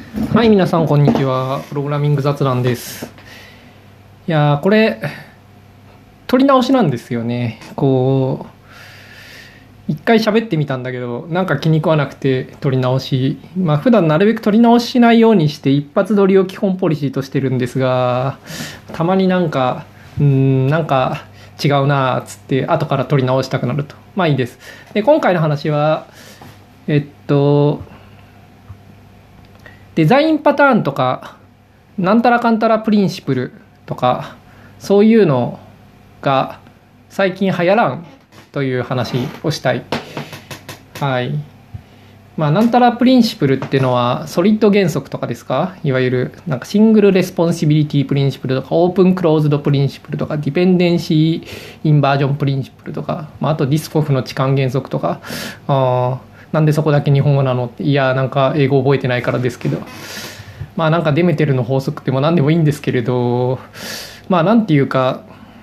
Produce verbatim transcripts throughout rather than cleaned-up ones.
はい、皆さんこんにちは。プログラミング雑談です。いやー、これ撮り直しなんですよね。こう一回喋ってみたんだけど、なんか気に食わなくて撮り直し。まあ普段なるべく撮り直ししないようにして一発撮りを基本ポリシーとしてるんですが、たまになんかうーんなんか違うなーっつって後から撮り直したくなると。まあいいです。で、今回の話はえっとデザインパターンとかなんたらかんたらプリンシプルとかそういうのが最近流行らんという話をしたい。はい。まあなんたらプリンシプルっていうのはソリッド原則とかですか、いわゆるなんかシングルレスポンシビリティプリンシプルとかオープンクローズドプリンシプルとかディペンデンシーインバージョンプリンシプルとか、まあ、あとディスコフの置換原則とか、あなんでそこだけ日本語なのって、いやなんか英語覚えてないからですけど、まあなんかデメテルの法則っても何でもいいんですけれど、まあなんていうか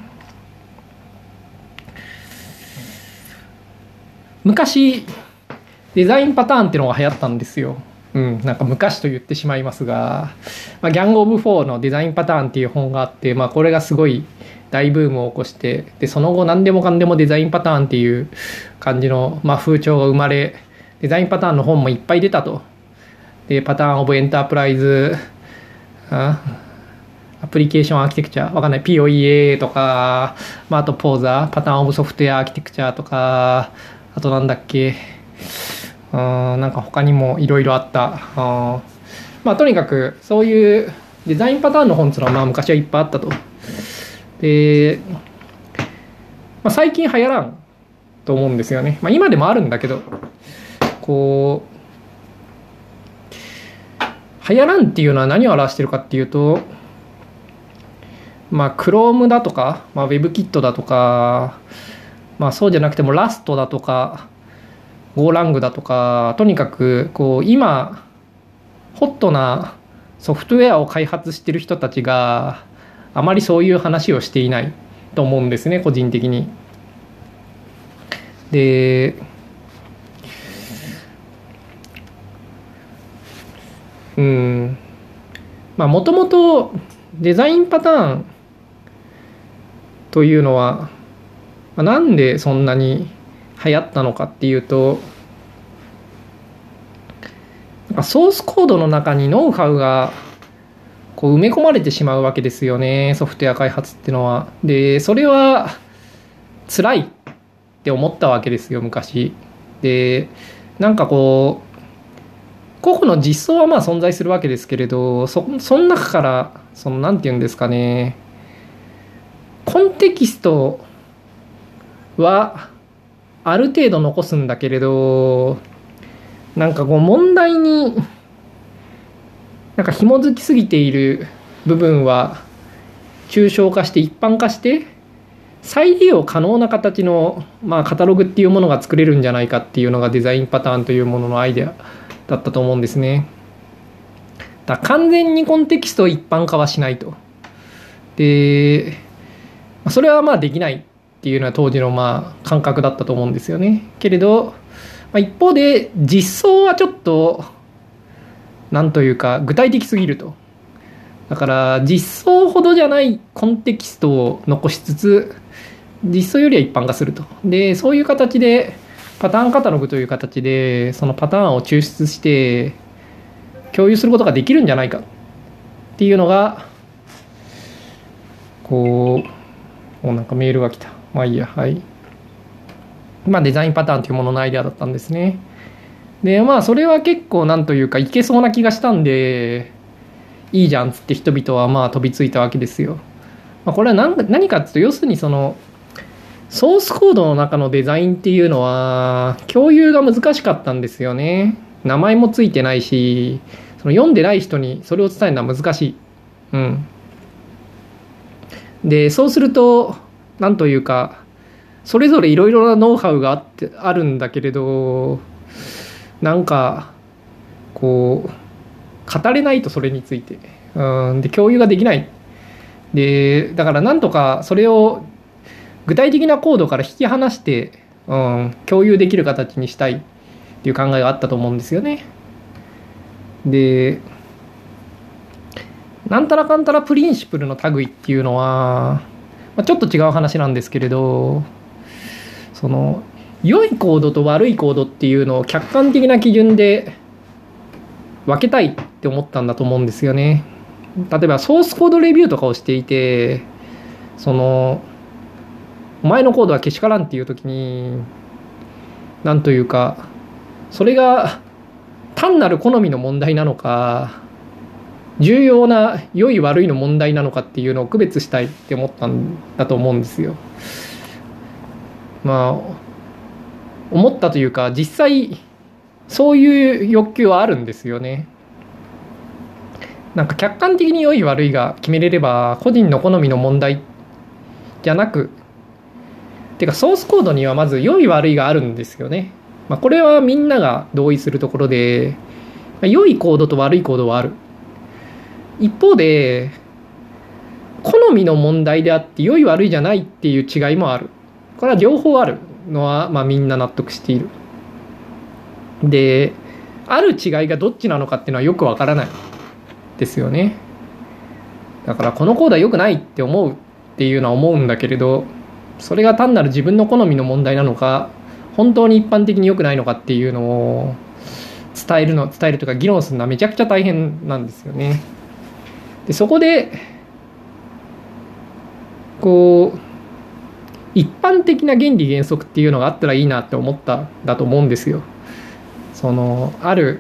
昔デザインパターンっていうのが流行ったんですよ。うん、なんか昔と言ってしまいますが、まあ、ギャング・オブ・フォーのデザインパターンっていう本があって、まあ、これがすごい大ブームを起こして、でその後何でもかんでもデザインパターンっていう感じの、まあ、風潮が生まれ、デザインパターンの本もいっぱい出たと。でパターン・オブ・エンタープライズあアプリケーションアーキテクチャわかんない ピーオーイーエー とか、まあ、あとポーザーパターン・オブ・ソフトウェアアーキテクチャとか、あとなんだっけ、うん、なんか他にもいろいろあった。あまあとにかくそういうデザインパターンの本っていうのはまあ昔はいっぱいあったと。で、まあ、最近流行らんと思うんですよね。まあ今でもあるんだけど、こう流行らんっていうのは何を表してるかっていうと、まあ Chrome だとか、まあ、WebKit だとか、まあそうじゃなくても Rust だとか、GoLang だとか、とにかくこう今ホットなソフトウェアを開発してる人たちがあまりそういう話をしていないと思うんですね、個人的に。で、うん、まあもともとデザインパターンというのは、まあ、なんでそんなに流行ったのかっていうと、ソースコードの中にノウハウがこう埋め込まれてしまうわけですよね、ソフトウェア開発っていうのは。でそれは辛いって思ったわけですよ、昔。でなんかこう個々の実装はまあ存在するわけですけれど、そその中からそのなんていうんですかね、コンテキストはある程度残すんだけれど、なんかこう問題になんか紐づきすぎている部分は抽象化して一般化して再利用可能な形の、まあ、カタログっていうものが作れるんじゃないかっていうのがデザインパターンというもののアイデアだったと思うんですね。だから完全にコンテキストを一般化はしないと。でそれはまあできないっていうのは当時のまあ感覚だったと思うんですよね。けれど、まあ、一方で実装はちょっとなんというか具体的すぎると。だから実装ほどじゃないコンテキストを残しつつ実装よりは一般化すると。でそういう形でパターンカタログという形でそのパターンを抽出して共有することができるんじゃないかっていうのが、こうもうなんかメールが来た。まあいいや。はい。まあデザインパターンというもののアイデアだったんですね。でまあそれは結構なんというかいけそうな気がしたんでいいじゃんっつって人々はまあ飛びついたわけですよ。まあ、これは何何かっていうと、要するにそのソースコードの中のデザインっていうのは共有が難しかったんですよね。名前もついてないし、その読んでない人にそれを伝えるのは難しい。うん。でそうするとなんというかそれぞれいろいろなノウハウがあってあるんだけれど、なんかこう語れないと、それについてうんで共有ができない。でだからなんとかそれを具体的なコードから引き離して、うん、共有できる形にしたいっていう考えがあったと思うんですよね。でなんたらかんたらプリンシプルの類っていうのは、まあ、ちょっと違う話なんですけれど、その良いコードと悪いコードっていうのを客観的な基準で分けたいって思ったんだと思うんですよね。例えばソースコードレビューとかをしていて、そのお前のコードはけしからんっていう時に、なんというか、それが単なる好みの問題なのか、重要な良い悪いの問題なのかっていうのを区別したいって思ったんだと思うんですよ。まあ思ったというか、実際そういう欲求はあるんですよね。なんか客観的に良い悪いが決めれれば、個人の好みの問題じゃなく、てかソースコードにはまず良い悪いがあるんですよね。まあ、これはみんなが同意するところで、良いコードと悪いコードはある。一方で好みの問題であって良い悪いじゃないっていう違いもある。これは両方あるのは、まあ、みんな納得している。で、ある違いがどっちなのかっていうのはよくわからないですよね。だからこのコードは良くないって思うっていうのは思うんだけれど、それが単なる自分の好みの問題なのか、本当に一般的に良くないのかっていうのを伝えるの伝えるというか議論するのはめちゃくちゃ大変なんですよね。でそこでこう一般的な原理原則っていうのがあったらいいなって思ったんだと思うんですよ。そのある、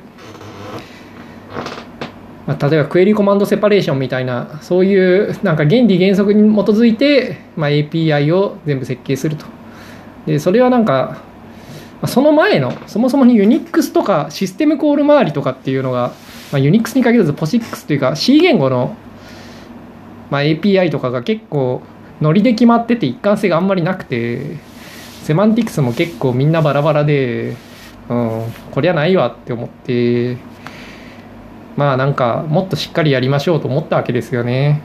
まあ、例えばクエリコマンドセパレーションみたいな、そういうなんか原理原則に基づいて、まあ、エーピーアイ を全部設計すると。でそれはなんかその前のそもそもに Unix とかシステムコール周りとかっていうのが、まあ、Unix に限らず ポシックス というか C 言語の、まあ、エーピーアイ とかが結構ノリで決まってて一貫性があんまりなくて、セマンティクスも結構みんなバラバラで、うん、こりゃないわって思って、まあなんかもっとしっかりやりましょうと思ったわけですよね。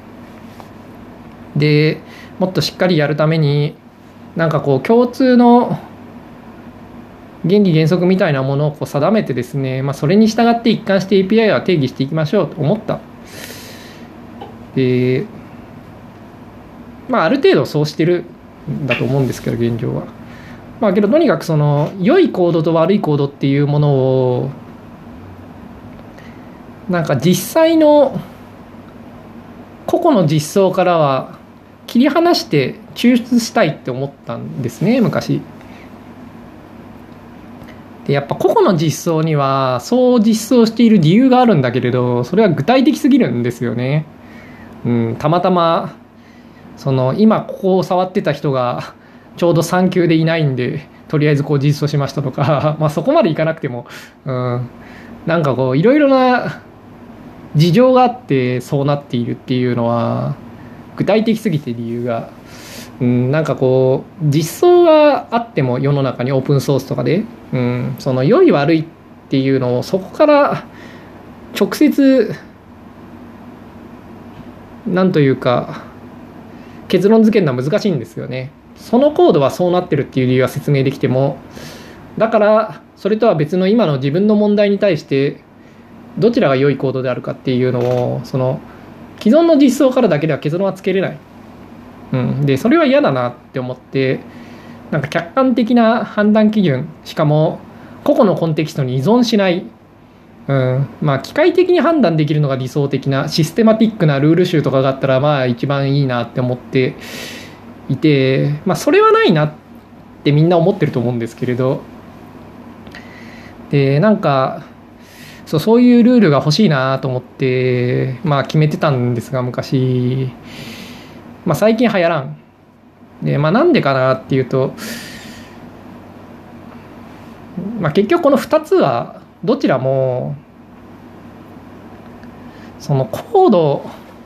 でもっとしっかりやるためになんかこう共通の原理原則みたいなものをこう定めてですね、まあ、それに従って一貫して エーピーアイ は定義していきましょうと思った。でまあある程度そうしてるんだと思うんですけど現状は。まあけどとにかくその良いコードと悪いコードっていうものをなんか実際の個々の実装からは切り離して抽出したいって思ったんですね昔。でやっぱ個々の実装にはそう実装している理由があるんだけれど、それは具体的すぎるんですよね。うん、たまたまその今ここを触ってた人がちょうどさん級でいないんでとりあえずこう実装しましたとかまあそこまでいかなくても、うん、なんかこういろいろな事情があってそうなっているっていうのは具体的すぎて理由が、うん、なんかこう実装があっても世の中にオープンソースとかで、うん、その良い悪いっていうのをそこから直接なんというか結論付けるのは難しいんですよね。そのコードはそうなってるっていう理由は説明できても、だからそれとは別の今の自分の問題に対してどちらが良いコードであるかっていうのをその既存の実装からだけでは結論はつけれない、うん、でそれは嫌だなって思って、なんか客観的な判断基準、しかも個々のコンテキストに依存しない、うん、まあ機械的に判断できるのが理想的なシステマティックなルール集とかがあったらまあ一番いいなって思っていて、まあそれはないなってみんな思ってると思うんですけれど、でなんかそう、そういうルールが欲しいなと思ってまあ決めてたんですが昔、まあ、最近流行らんで、まあ、なんでかなっていうと、まあ、結局このふたつはどちらもそのコード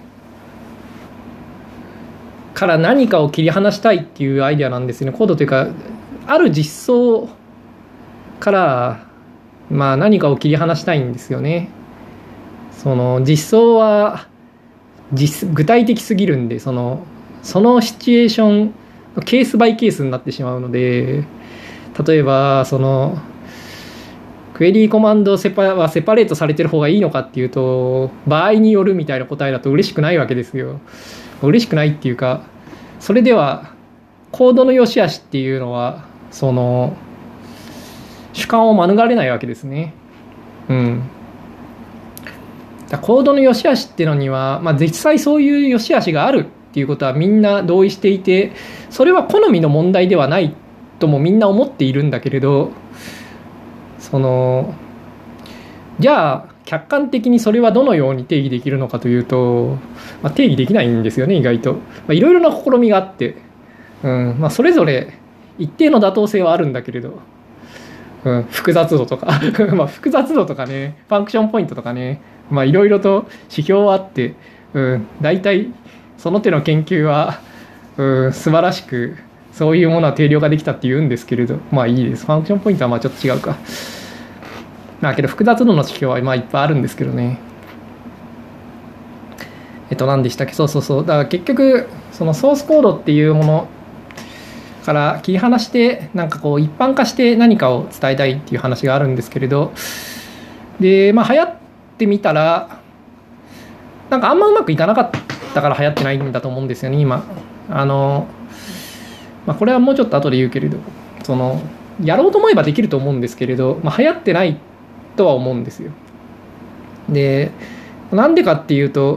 から何かを切り離したいっていうアイデアなんですよね。コードというかある実装からまあ何かを切り離したいんですよね。その実装は実具体的すぎるんで、そのそのシチュエーションケースバイケースになってしまうので、例えばそのクエリーコマンドセパはセパレートされてる方がいいのかっていうと、場合によるみたいな答えだと嬉しくないわけですよ。嬉しくないっていうか、それではコードの良し悪しっていうのはその主観を免れないわけですね。うん。だコードの良し悪しっていうのには、まあ、実際そういう良し悪しがあるっていうことはみんな同意していて、それは好みの問題ではないともみんな思っているんだけれど、そのじゃあ客観的にそれはどのように定義できるのかというと、まあ、定義できないんですよね、意外と。いろいろな試みがあって、うんまあ、それぞれ一定の妥当性はあるんだけれど、うん、複雑度とかまあ複雑度とかね、ファンクションポイントとかね、まあいろいろと指標はあって、うん、大体その手の研究は、うん、素晴らしくそういうものは定量化できたって言うんですけれど、まあいいです。ファンクションポイントはまあちょっと違うか。まあけど複雑度の指標はまあいっぱいあるんですけどね。えっと何でしたっけ。そうそうそう。だから結局そのソースコードっていうものから切り離して、なんかこう一般化して何かを伝えたいっていう話があるんですけれど、でまあ流行ってみたらなんかあんまうまくいかなかったから流行ってないんだと思うんですよね今。あのまあこれはもうちょっと後で言うけれど、そのやろうと思えばできると思うんですけれど、まあ、流行ってないとは思うんですよ。でなんでかっていうと、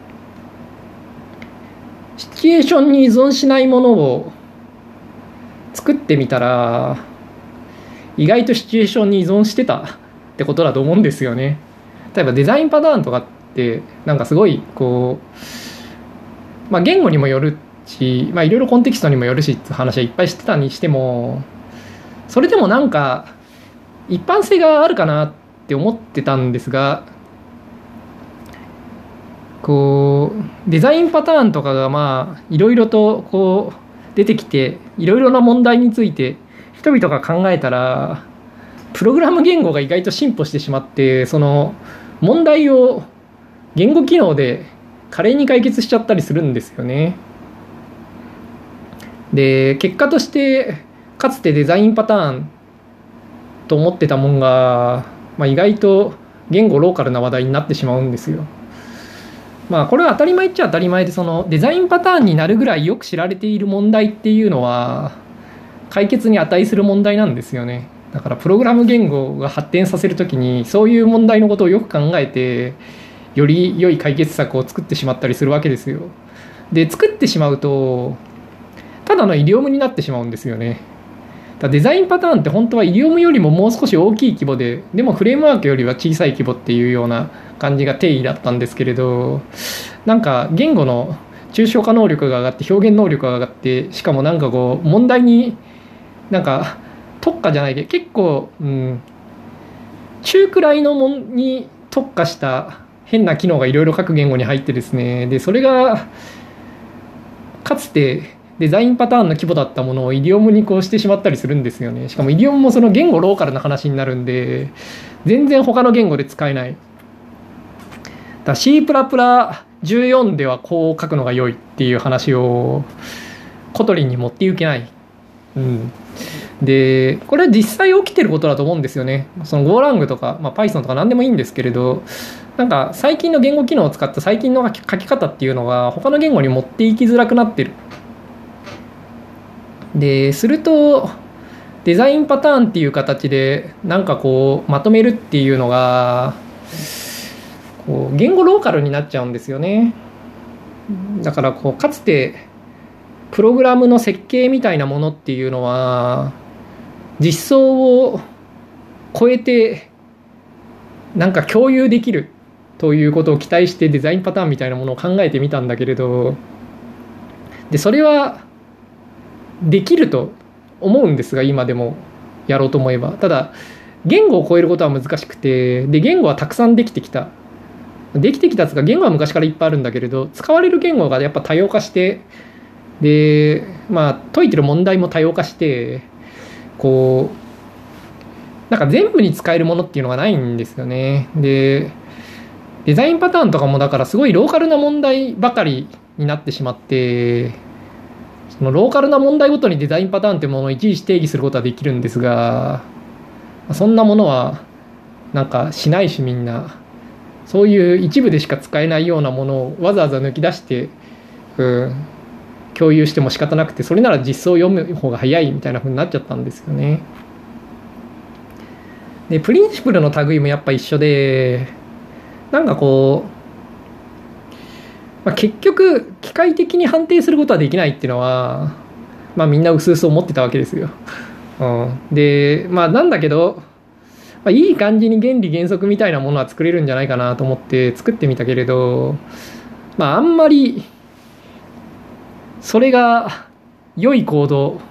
シチュエーションに依存しないものを作ってみたら意外とシチュエーションに依存してたってことだと思うんですよね。例えばデザインパターンとかってなんかすごいこう、まあ、言語にもよるし、まあ、いろいろコンテキストにもよるしって話はいっぱいしてたにしても、それでもなんか一般性があるかなって思ってたんですが、こうデザインパターンとかがまあいろいろとこう出てきて、いろいろな問題について人々が考えたら、プログラム言語が意外と進歩してしまって、その問題を言語機能で華麗に解決しちゃったりするんですよね。で結果としてかつてデザインパターンと思ってたもんが、まあ、意外と言語ローカルな話題になってしまうんですよ。まあこれは当たり前っちゃ当たり前で、そのデザインパターンになるぐらいよく知られている問題っていうのは解決に値する問題なんですよね。だからプログラム言語が発展させるときにそういう問題のことをよく考えて、より良い解決策を作ってしまったりするわけですよ。で作ってしまうとただのイディオムになってしまうんですよね。だデザインパターンって本当はイディオムよりももう少し大きい規模で、でもフレームワークよりは小さい規模っていうような感じが定義だったんですけれど、なんか言語の抽象化能力が上がって表現能力が上がって、しかもなんかこう問題になんか特化じゃないけど結構、うん、中くらいのもんに特化した変な機能がいろいろ各言語に入ってですね、でそれがかつてデザインパターンの規模だったものをイディオムにこうしてしまったりするんですよね。しかもイディオムもその言語ローカルな話になるんで、全然他の言語で使えない。だ C++ じゅうよんではこう書くのが良いっていう話をコトリンに持っていけない。うん、でこれは実際起きてることだと思うんですよね。その Golang とか、まあ、Python とか何でもいいんですけれど、なんか最近の言語機能を使った最近の書き書き方っていうのが他の言語に持っていきづらくなってる。でするとデザインパターンっていう形でなんかこうまとめるっていうのがこう言語ローカルになっちゃうんですよね。だからこうかつてプログラムの設計みたいなものっていうのは実装を超えてなんか共有できるということを期待してデザインパターンみたいなものを考えてみたんだけれど、でそれはできると思うんですが、今でもやろうと思えば。ただ言語を超えることは難しくて、で言語はたくさんできてきたできてきたつか言語は昔からいっぱいあるんだけれど、使われる言語がやっぱ多様化して、でまあ解いてる問題も多様化して、こうなんか全部に使えるものっていうのがないんですよね。でデザインパターンとかもだからすごいローカルな問題ばかりになってしまって、そのローカルな問題ごとにデザインパターンっていうものをいちいち定義することはできるんですが、そんなものはなんかしないし、みんなそういう一部でしか使えないようなものをわざわざ抜き出して、うん、共有しても仕方なくて、それなら実装を読む方が早いみたいな風になっちゃったんですよね。でプリンシプルの類もやっぱ一緒で、なんかこう、まあ、結局機械的に判定することはできないっていうのは、まあ、みんな薄々思ってたわけですよ。うん、でまあなんだけど、まあ、いい感じに原理原則みたいなものは作れるんじゃないかなと思って作ってみたけれど、まああんまりそれが良いコード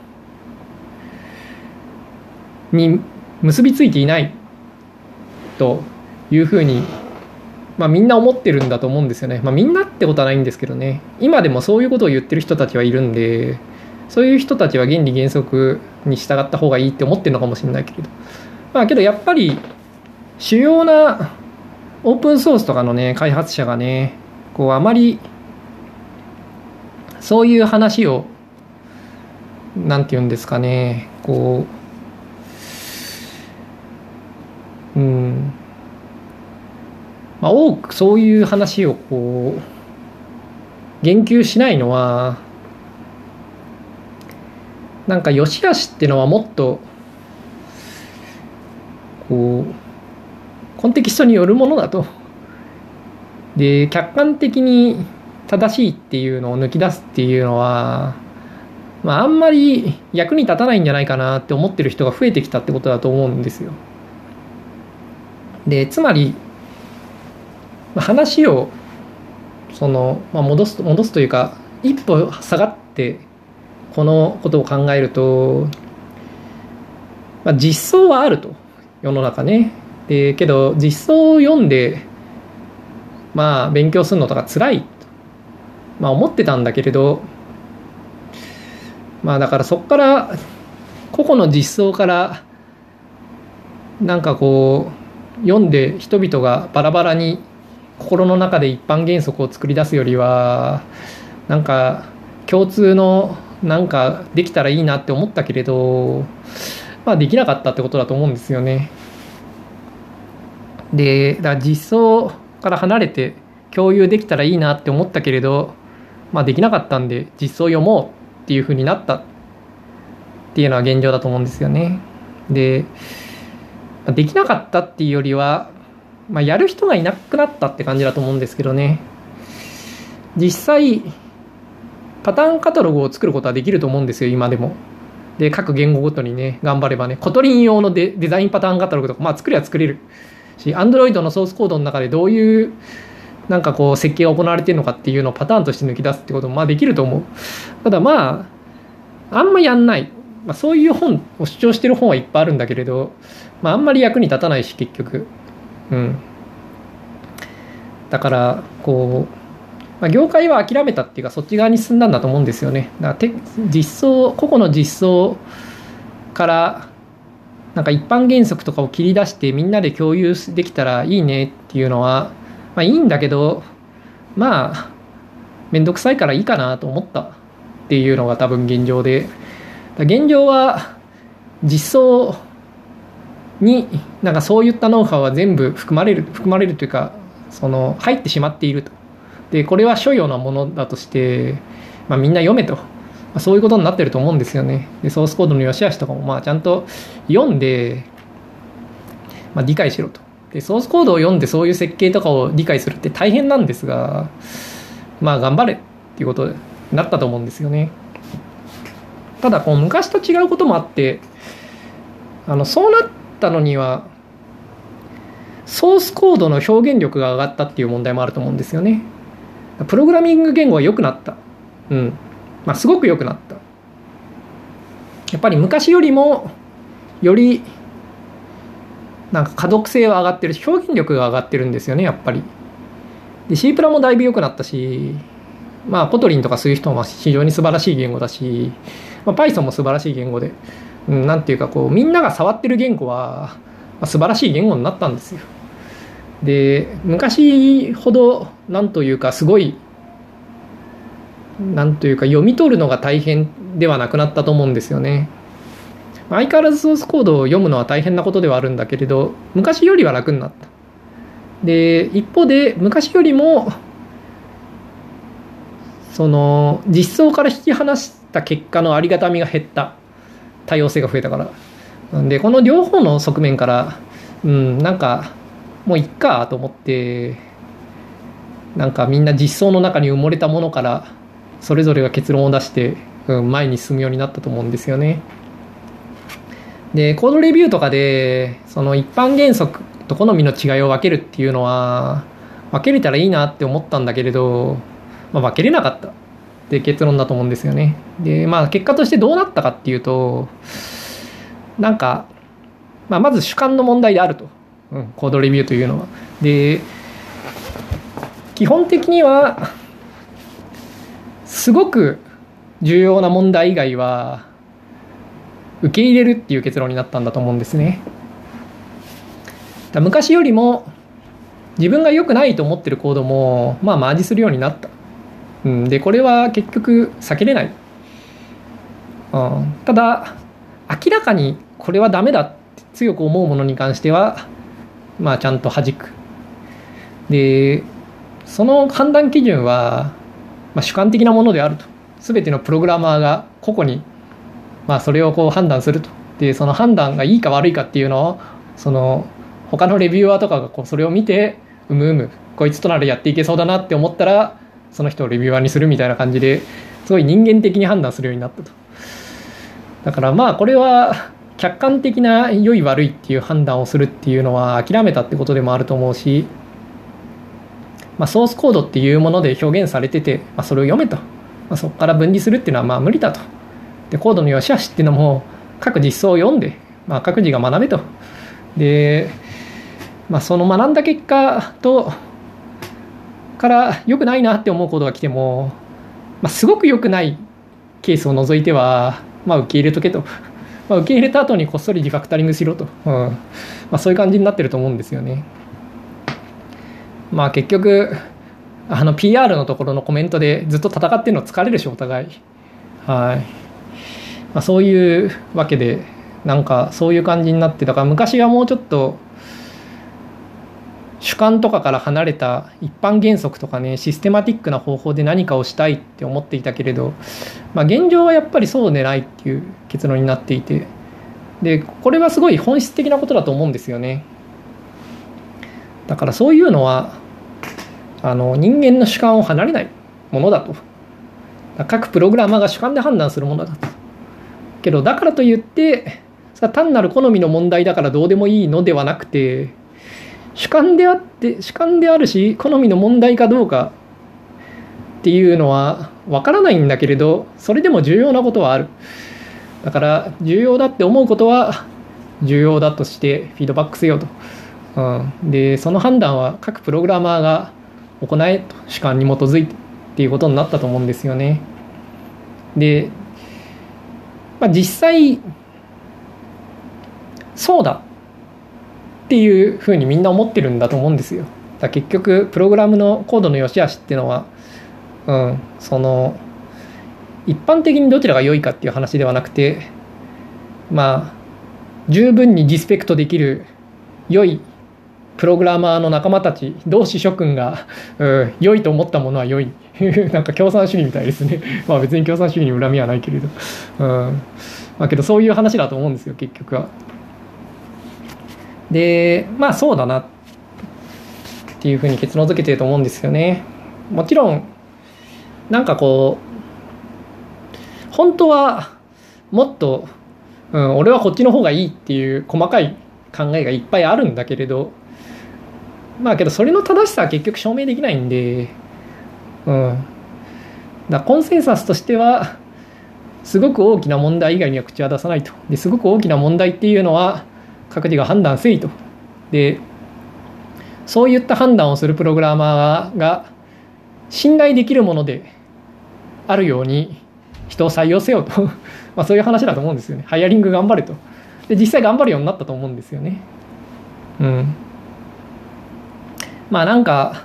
に結びついていないというふうに、まあ、みんな思ってるんだと思うんですよね。まあ、みんなってことはないんですけどね、今でもそういうことを言ってる人たちはいるんで、そういう人たちは原理原則に従った方がいいって思ってるのかもしれないけれど、まあけどやっぱり主要なオープンソースとかのね開発者がね、こうあまりそういう話をなんて言うんですかね、こううんまあ多くそういう話をこう言及しないのは、なんか良し悪しっていうのはもっとこうコンテキストによるものだと。で客観的に正しいっていうのを抜き出すっていうのは、まあ、あんまり役に立たないんじゃないかなって思ってる人が増えてきたってことだと思うんですよ。でつまり話をその、まあ、戻す戻すというか一歩下がってこのことを考えると、まあ、実装はあると世の中ね。でけど実装を読んでまあ勉強するのとか辛いと、まあ、思ってたんだけれど、まあだからそこから個々の実装からなんかこう読んで人々がバラバラに心の中で一般原則を作り出すよりは、なんか共通のなんかできたらいいなって思ったけれど、まあできなかったってことだと思うんですよね。でだから実装から離れて共有できたらいいなって思ったけれど、まあできなかったんで実装読もうっていう風になったっていうのは現状だと思うんですよね。でできなかったっていうよりは、まあ、やる人がいなくなったって感じだと思うんですけどね。実際パターンカタログを作ることはできると思うんですよ今でも。で各言語ごとにね頑張ればね、コトリン用の デ, デザインパターンカタログとか、まあ作りは作れるし、Android のソースコードの中でどういうなんかこう設計が行われているのかっていうのをパターンとして抜き出すってこともまあできると思う。ただまああんまやんない、まあ、そういう本を主張してる本はいっぱいあるんだけれど、まあ、あんまり役に立たないし結局、うん、だからこう、まあ、業界は諦めたっていうかそっち側に進んだんだと思うんですよね。だから実装個々の実装からなんか一般原則とかを切り出してみんなで共有できたらいいねっていうのは、まあ、いいんだけど、まあめんどくさいからいいかなと思ったっていうのが多分現状で、現状は実装になんかそういったノウハウは全部含まれる含まれるというか、その入ってしまっていると。でこれは所要なものだとして、まあ、みんな読めと、まあ、そういうことになってると思うんですよね。でソースコードの良し悪しとかもまあちゃんと読んで、まあ、理解しろと。でソースコードを読んでそういう設計とかを理解するって大変なんですが、まあ頑張れっていうことになったと思うんですよね。ただこう昔と違うこともあって、あのそうなったのにはソースコードの表現力が上がったっていう問題もあると思うんですよね。プログラミング言語は良くなった、うんまあ、すごく良くなった。やっぱり昔よりもよりなんか可読性は上がってるし、表現力が上がってるんですよねやっぱり。で C プラもだいぶ良くなったし、まあコトリンとかそういう人も非常に素晴らしい言語だし、まあ、Python も素晴らしい言語で、うん、なんていうかこうみんなが触ってる言語は、まあ、素晴らしい言語になったんですよ。で昔ほどなんというかすごいなんというか読み取るのが大変ではなくなったと思うんですよね。 相変わらずソースコードを読むのは大変なことではあるんだけれど、昔よりは楽になった。で一方で昔よりもその実装から引き離した結果のありがたみが減った。多様性が増えたから。でこの両方の側面からうんなんかもういっかと思って、なんかみんな実装の中に埋もれたものからそれぞれが結論を出して、うん、前に進むようになったと思うんですよね。でコードレビューとかでその一般原則と好みの違いを分けるっていうのは分けれたらいいなって思ったんだけれど、まあ、分けれなかったって結論だと思うんですよね。でまあ結果としてどうなったかっていうと、なんか、まあ、まず主観の問題であると、うん、コードレビューというのは。で基本的にはすごく重要な問題以外は受け入れるっていう結論になったんだと思うんですね。だ昔よりも自分が良くないと思ってるコードもまあマージするようになった、うん、でこれは結局避けれない、うん、ただ明らかにこれはダメだって強く思うものに関してはまあちゃんと弾く。でその判断基準は、まあ、主観的なものであると。全てのプログラマーが個々に、まあ、それをこう判断すると。でその判断がいいか悪いかっていうのをその他のレビューアーとかがこうそれを見てうむうむこいつとならやっていけそうだなって思ったらその人をレビューアーにするみたいな感じですごい人間的に判断するようになったと。だからまあこれは客観的な良い悪いっていう判断をするっていうのは諦めたってことでもあると思うし、まあ、ソースコードっていうもので表現されてて、まあ、それを読めと、まあ、そこから分離するっていうのはまあ無理だと。でコードの良し悪しっていうのも各実装を読んで、まあ、各自が学べと。で、まあ、その学んだ結果とから良くないなって思うコードが来ても、まあ、すごく良くないケースを除いては、まあ、受け入れとけと、まあ、受け入れた後にこっそりリファクタリングしろと、うんまあ、そういう感じになってると思うんですよね。まあ結局あの ピーアール のところのコメントでずっと戦ってるの疲れるしお互い、はい、まあ、そういうわけでなんかそういう感じになって、だから昔はもうちょっと主観とかから離れた一般原則とかねシステマティックな方法で何かをしたいって思っていたけれど、まあ、現状はやっぱりそうでないっていう結論になっていて、でこれはすごい本質的なことだと思うんですよね。だからそういうのはあの人間の主観を離れないものだと。各プログラマーが主観で判断するものだと。けどだからといって単なる好みの問題だからどうでもいいのではなくて、主観であって主観であるし好みの問題かどうかっていうのは分からないんだけれど、それでも重要なことはある。だから重要だって思うことは重要だとしてフィードバックせよと。うん、でその判断は各プログラマーが行えと主観に基づいてっていうことになったと思うんですよね。で、まあ、実際そうだっていうふうにみんな思ってるんだと思うんですよ。だ結局プログラムのコードの良し悪しっていうのは、うん、その一般的にどちらが良いかっていう話ではなくて、まあ十分にリスペクトできる良いプログラマーの仲間たち同志諸君が、うん、良いと思ったものは良いなんか共産主義みたいですねまあ別に共産主義に恨みはないけれど、うんまあ、けどそういう話だと思うんですよ結局は。でまあそうだなっていうふうに結論付けてると思うんですよね。もちろんなんかこう本当はもっと、うん、俺はこっちの方がいいっていう細かい考えがいっぱいあるんだけれど、まあけどそれの正しさは結局証明できないんで、うん、だコンセンサスとしてはすごく大きな問題以外には口は出さないと。ですごく大きな問題っていうのは各自が判断せいと。でそういった判断をするプログラマーが信頼できるものであるように人を採用せよとまあそういう話だと思うんですよね。ハイアリング頑張れと。で実際頑張るようになったと思うんですよね。うんまあなんか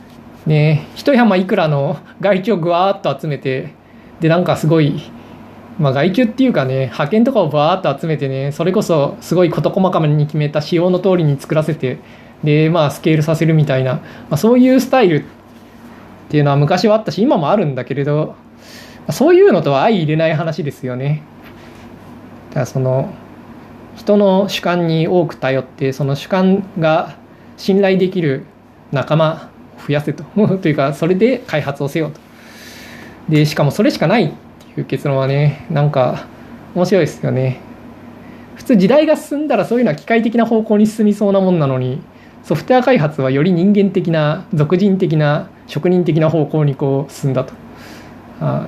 ね一山いくらの外注をぐわーっと集めて、でなんかすごいまあ、外注っていうかね、派遣とかをバーッと集めてね、それこそすごい事細かに決めた仕様の通りに作らせて、で、まあ、スケールさせるみたいな、まあ、そういうスタイルっていうのは昔はあったし、今もあるんだけれど、そういうのとは相入れない話ですよね。だからその、人の主観に多く頼って、その主観が信頼できる仲間を増やせと。というか、それで開発をせよと。で、しかもそれしかないっていう結論はね、なんか面白いですよね。普通時代が進んだらそういうのは機械的な方向に進みそうなもんなのに、ソフトウェア開発はより人間的な、属人的な、職人的な方向にこう進んだと。はい。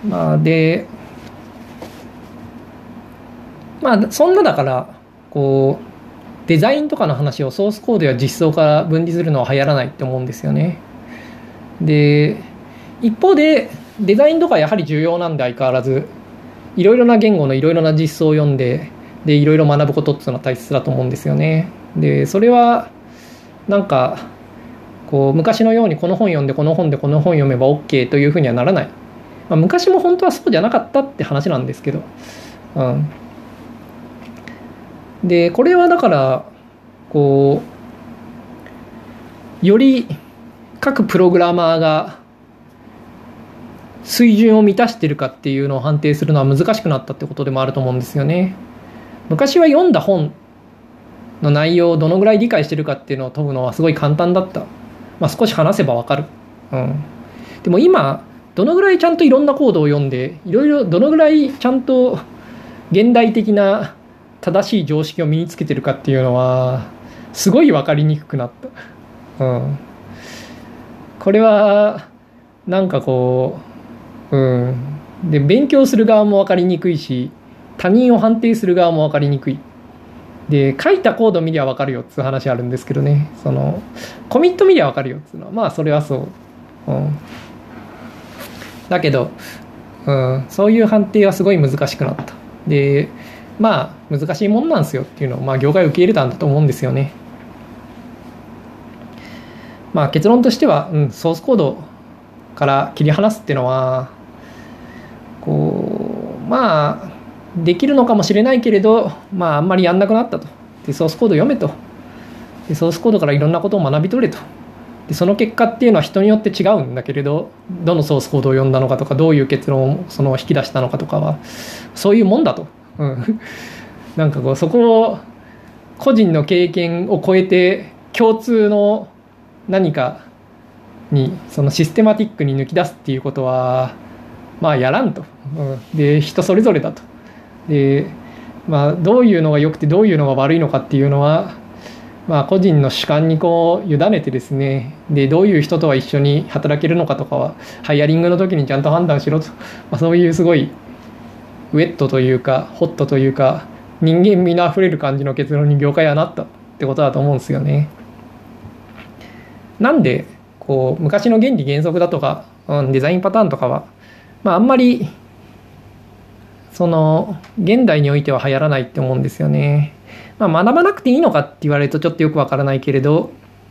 まあ、で、まあ、そんなだから、こう、デザインとかの話をソースコードや実装から分離するのは流行らないって思うんですよね。で、一方で、デザインとかやはり重要なんで相変わらず、いろいろな言語のいろいろな実装を読んで、で、いろいろ学ぶことっていうのは大切だと思うんですよね。で、それは、なんか、こう、昔のようにこの本読んで、この本でこの本読めば OK というふうにはならない。まあ、昔も本当はそうじゃなかったって話なんですけど、うん。で、これはだから、こう、より各プログラマーが水準を満たしているかっていうのを判定するのは難しくなったってことでもあると思うんですよね。昔は読んだ本の内容をどのぐらい理解してるかっていうのを問うのはすごい簡単だった。まあ、少し話せばわかる。うん。でも今、どのぐらいちゃんといろんなコードを読んで、いろいろどのぐらいちゃんと現代的な正しい常識を身につけてるかっていうのはすごい分かりにくくなった。うん。これはなんかこう、うん。で、勉強する側も分かりにくいし、他人を判定する側も分かりにくい。で、書いたコード見りゃ分かるよっていう話あるんですけどね。その、コミット見りゃ分かるよっていうのは、まあそれはそう。うん。だけど、うん、そういう判定はすごい難しくなった。で、まあ難しいもんなんですよっていうのを、まあ業界受け入れたんだと思うんですよね。まあ結論としては、うん、ソースコードから切り離すっていうのは、こう、まあ、できるのかもしれないけれど、まああんまりやんなくなったと。で、ソースコード読めと。で、ソースコードからいろんなことを学び取れと。で、その結果っていうのは人によって違うんだけれど、どのソースコードを読んだのかとか、どういう結論をその引き出したのかとかは、そういうもんだと。うん。なんかこう、そこを個人の経験を超えて共通の何かにそのシステマティックに抜き出すっていうことはまあやらんと。うん、で、人それぞれだと。で、まあどういうのが良くてどういうのが悪いのかっていうのはまあ個人の主観にこう委ねてですね、でどういう人とは一緒に働けるのかとかはハイアリングの時にちゃんと判断しろと、まあ、そういうすごいウェットというかホットというか人間味のあふれる感じの結論に業界はなったってことだと思うんですよね。なんでこう昔の原理原則だとか、うん、デザインパターンとかは、まあ、あんまりその現代においては流行らないって思うんですよね。まあ、学ばなくていいのかって言われるとちょっとよくわからないけれど、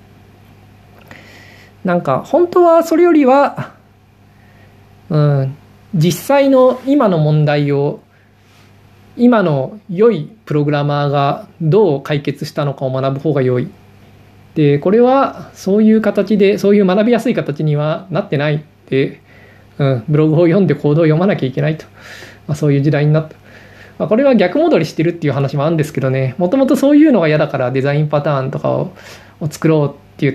なんか本当はそれよりは、うん、実際の今の問題を今の良いプログラマーがどう解決したのかを学ぶ方が良い。で、これはそういう形で、そういう学びやすい形にはなってないで、うん、ブログを読んでコードを読まなきゃいけないと。まあ、そういう時代になった。まあ、これは逆戻りしてるっていう話もあるんですけどね、もともとそういうのが嫌だからデザインパターンとかをを作ろうって言って、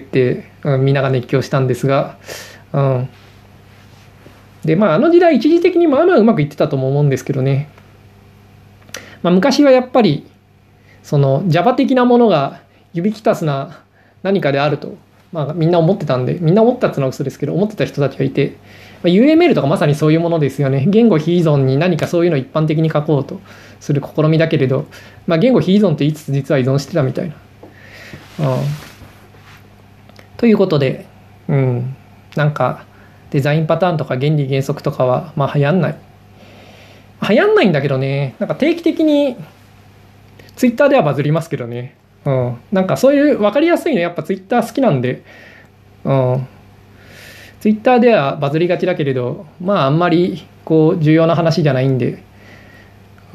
うん、みんなが熱狂したんですが、うん。で、まああの時代一時的にまあまあうまくいってたとも思うんですけどね。まあ昔はやっぱり、その Java 的なものがユビキタスな何かであると、まあみんな思ってたんで、みんな思ったっていうのは嘘ですけど、思ってた人たちがいて、まあ、ユーエムエル とかまさにそういうものですよね。言語非依存に何かそういうのを一般的に書こうとする試みだけれど、まあ、言語非依存と言いつつ実は依存してたみたいな。うん、ということで、うん、なんかデザインパターンとか原理原則とかはまあ流行んない。流行んないんだけどね、なんか定期的にツイッターではバズりますけどね。うん、なんかそういう分かりやすいのやっぱツイッター好きなんで、うん、 ツイッターではバズりがちだけれど、まああんまりこう重要な話じゃないんで、うん、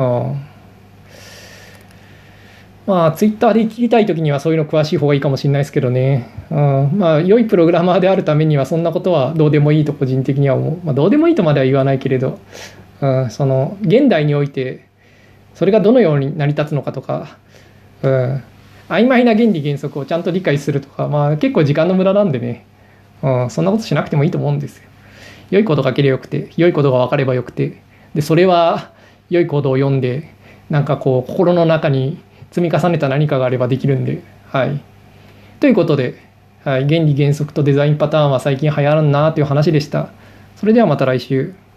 まあツイッターで聞きたいときにはそういうの詳しい方がいいかもしれないですけどね、うん、まあ良いプログラマーであるためにはそんなことはどうでもいいと個人的には思う。まあ、どうでもいいとまでは言わないけれど、うん、その現代においてそれがどのように成り立つのかとか、うん、曖昧な原理原則をちゃんと理解するとか、まあ結構時間の無駄なんでね、うん、そんなことしなくてもいいと思うんですよ。良いこと書ければよくて、良いことが分かればよくて、でそれは良いコードを読んで、なんかこう心の中に積み重ねた何かがあればできるんで、はい。ということで、はい、原理原則とデザインパターンは最近流行らんなという話でした。それではまた来週。